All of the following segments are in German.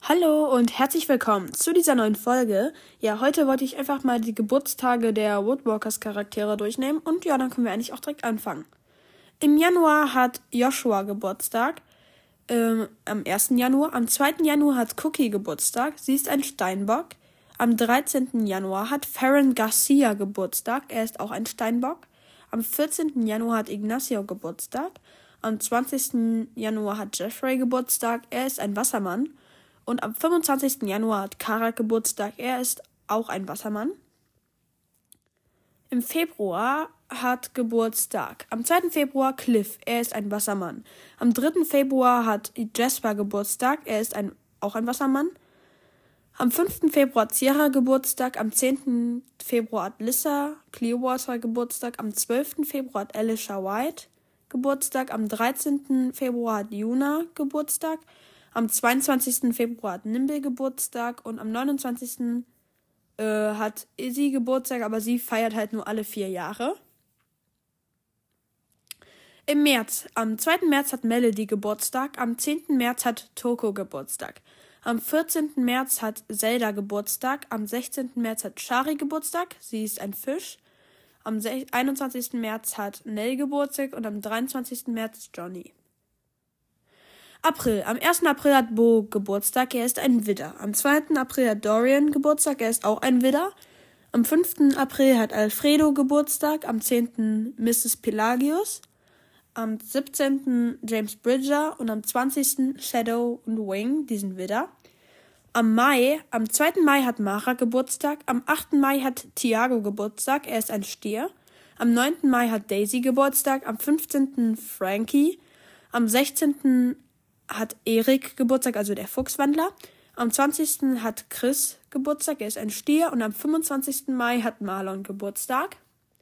Hallo und herzlich willkommen zu dieser neuen Folge. Ja, heute wollte ich einfach mal die Geburtstage der Woodwalkers Charaktere durchnehmen und ja, dann können wir eigentlich auch direkt anfangen. Im Januar hat Joshua Geburtstag, am 1. Januar. Am 2. Januar hat Cookie Geburtstag, sie ist ein Steinbock. Am 13. Januar hat Farron Garcia Geburtstag, er ist auch ein Steinbock. Am 14. Januar hat Ignacio Geburtstag. Am 20. Januar hat Jeffrey Geburtstag, er ist ein Wassermann. Und am 25. Januar hat Karak Geburtstag, er ist auch ein Wassermann. Im Februar hat Geburtstag am 2. Februar Cliff, er ist ein Wassermann. Am 3. Februar hat Jasper Geburtstag, er ist auch ein Wassermann. Am 5. Februar hat Sierra Geburtstag, am 10. Februar hat Lissa Clearwater Geburtstag, am 12. Februar hat Alicia White Geburtstag, am 13. Februar hat Yuna Geburtstag, am 22. Februar hat Nimble Geburtstag und am 29. Hat Izzy Geburtstag, aber sie feiert halt nur alle 4 Jahre. Im März, am 2. März hat Melody Geburtstag, am 10. März hat Toko Geburtstag. Am 14. März hat Zelda Geburtstag, am 16. März hat Shari Geburtstag, sie ist ein Fisch. Am 21. März hat Nell Geburtstag und am 23. März Johnny. April. Am 1. April hat Bo Geburtstag, er ist ein Widder. Am 2. April hat Dorian Geburtstag, er ist auch ein Widder. Am 5. April hat Alfredo Geburtstag, am 10. Mrs. Pelagius, am 17. James Bridger und am 20. Shadow und Wing, die sind Widder. Am 2. Mai hat Mara Geburtstag, am 8. Mai hat Tiago Geburtstag, er ist ein Stier. Am 9. Mai hat Daisy Geburtstag, am 15. Frankie, am 16. hat Erik Geburtstag, also der Fuchswandler. Am 20. hat Chris Geburtstag, er ist ein Stier. Und am 25. Mai hat Marlon Geburtstag.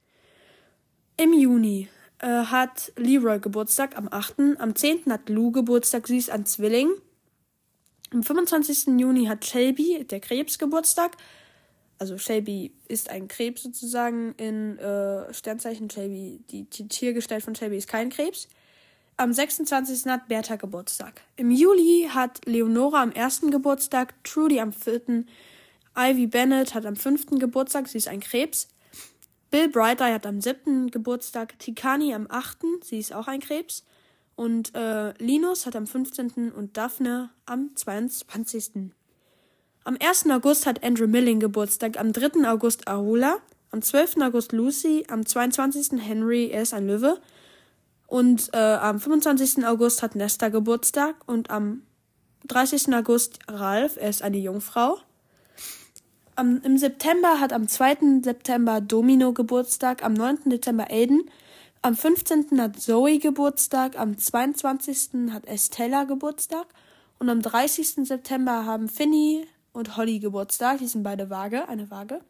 Im Juni hat Leroy Geburtstag, am 8. Am 10. hat Lou Geburtstag, sie ist ein Zwilling. Am 25. Juni hat Shelby, der Krebs, Geburtstag. Also Shelby ist ein Krebs sozusagen in Sternzeichen. Shelby, die Tiergestalt von Shelby ist kein Krebs. Am 26. hat Bertha Geburtstag. Im Juli hat Leonora am 1. Geburtstag, Trudy am 4. Ivy Bennett hat am 5. Geburtstag, sie ist ein Krebs. Bill Bright-Eye hat am 7. Geburtstag, Tikani am 8., sie ist auch ein Krebs. Und Linus hat am 15. und Daphne am 22. Am 1. August hat Andrew Milling Geburtstag, am 3. August Arula, am 12. August Lucy, am 22. Henry, er ist ein Löwe. Und am 25. August hat Nesta Geburtstag und am 30. August Ralf, er ist eine Jungfrau. Im September hat am 2. September Domino Geburtstag, am 9. Dezember Aiden, am 15. hat Zoe Geburtstag, am 22. hat Estella Geburtstag und am 30. September haben Finny und Holly Geburtstag, die sind beide eine Waage.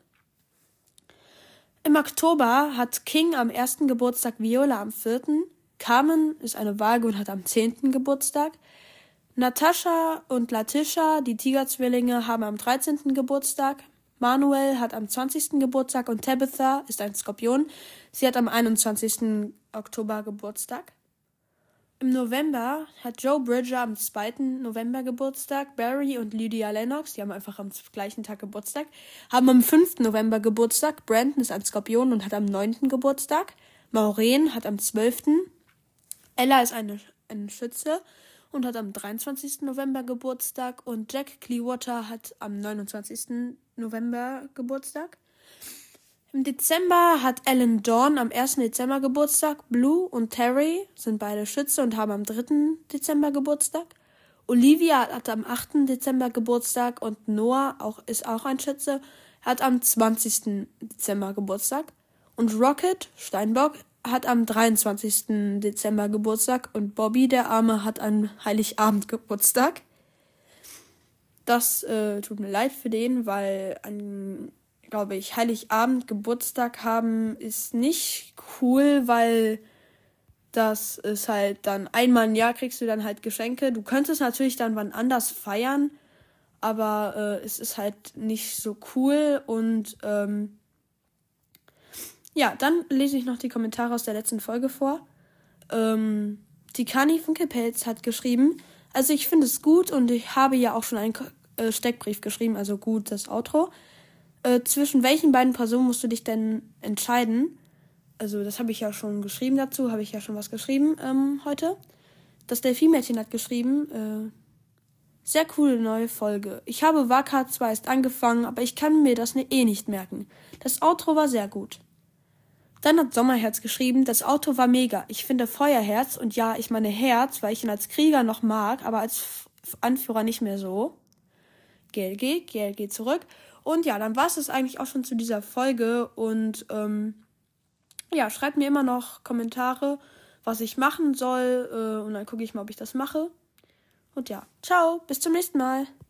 Im Oktober hat King am 1. Geburtstag, Viola am 4., Carmen ist eine Waage und hat am 10. Geburtstag. Natascha und Latisha, die Tigerzwillinge, haben am 13. Geburtstag. Manuel hat am 20. Geburtstag und Tabitha ist ein Skorpion. Sie hat am 21. Oktober Geburtstag. Im November hat Joe Bridger am 2. November Geburtstag. Barry und Lydia Lennox, die haben einfach am gleichen Tag Geburtstag, haben am 5. November Geburtstag. Brandon ist ein Skorpion und hat am 9. Geburtstag. Maureen hat am 12. Ella ist eine Schütze und hat am 23. November Geburtstag und Jack Clearwater hat am 29. November Geburtstag. Im Dezember hat Alan Dawn am 1. Dezember Geburtstag. Blue und Terry sind beide Schütze und haben am 3. Dezember Geburtstag. Olivia hat am 8. Dezember Geburtstag und Noah ist auch ein Schütze, hat am 20. Dezember Geburtstag. Und Rocket, Steinbock, hat am 23. Dezember Geburtstag und Bobby, der Arme, hat an Heiligabend Geburtstag. Das tut mir leid für den, weil glaube ich, Heiligabend Geburtstag haben ist nicht cool, weil das ist halt dann einmal im Jahr kriegst du dann halt Geschenke. Du könntest natürlich dann wann anders feiern, aber es ist halt nicht so cool und ja, dann lese ich noch die Kommentare aus der letzten Folge vor. Die Kani Funkelpelz hat geschrieben, also ich finde es gut und ich habe ja auch schon einen Steckbrief geschrieben, also gut, das Outro. Zwischen welchen beiden Personen musst du dich denn entscheiden? Also das habe ich ja schon geschrieben dazu, habe ich ja schon was geschrieben heute. Das Delphi-Mädchen hat geschrieben, sehr coole neue Folge. Ich habe Waka zwar erst angefangen, aber ich kann mir das nicht merken. Das Outro war sehr gut. Dann hat Sommerherz geschrieben, das Outro war mega. Ich finde Feuerherz, und ja, ich meine Herz, weil ich ihn als Krieger noch mag, aber als Anführer nicht mehr so. GLG zurück. Und ja, dann war es eigentlich auch schon zu dieser Folge. Und ja, schreibt mir immer noch Kommentare, was ich machen soll. Und dann gucke ich mal, ob ich das mache. Und ja, ciao, bis zum nächsten Mal.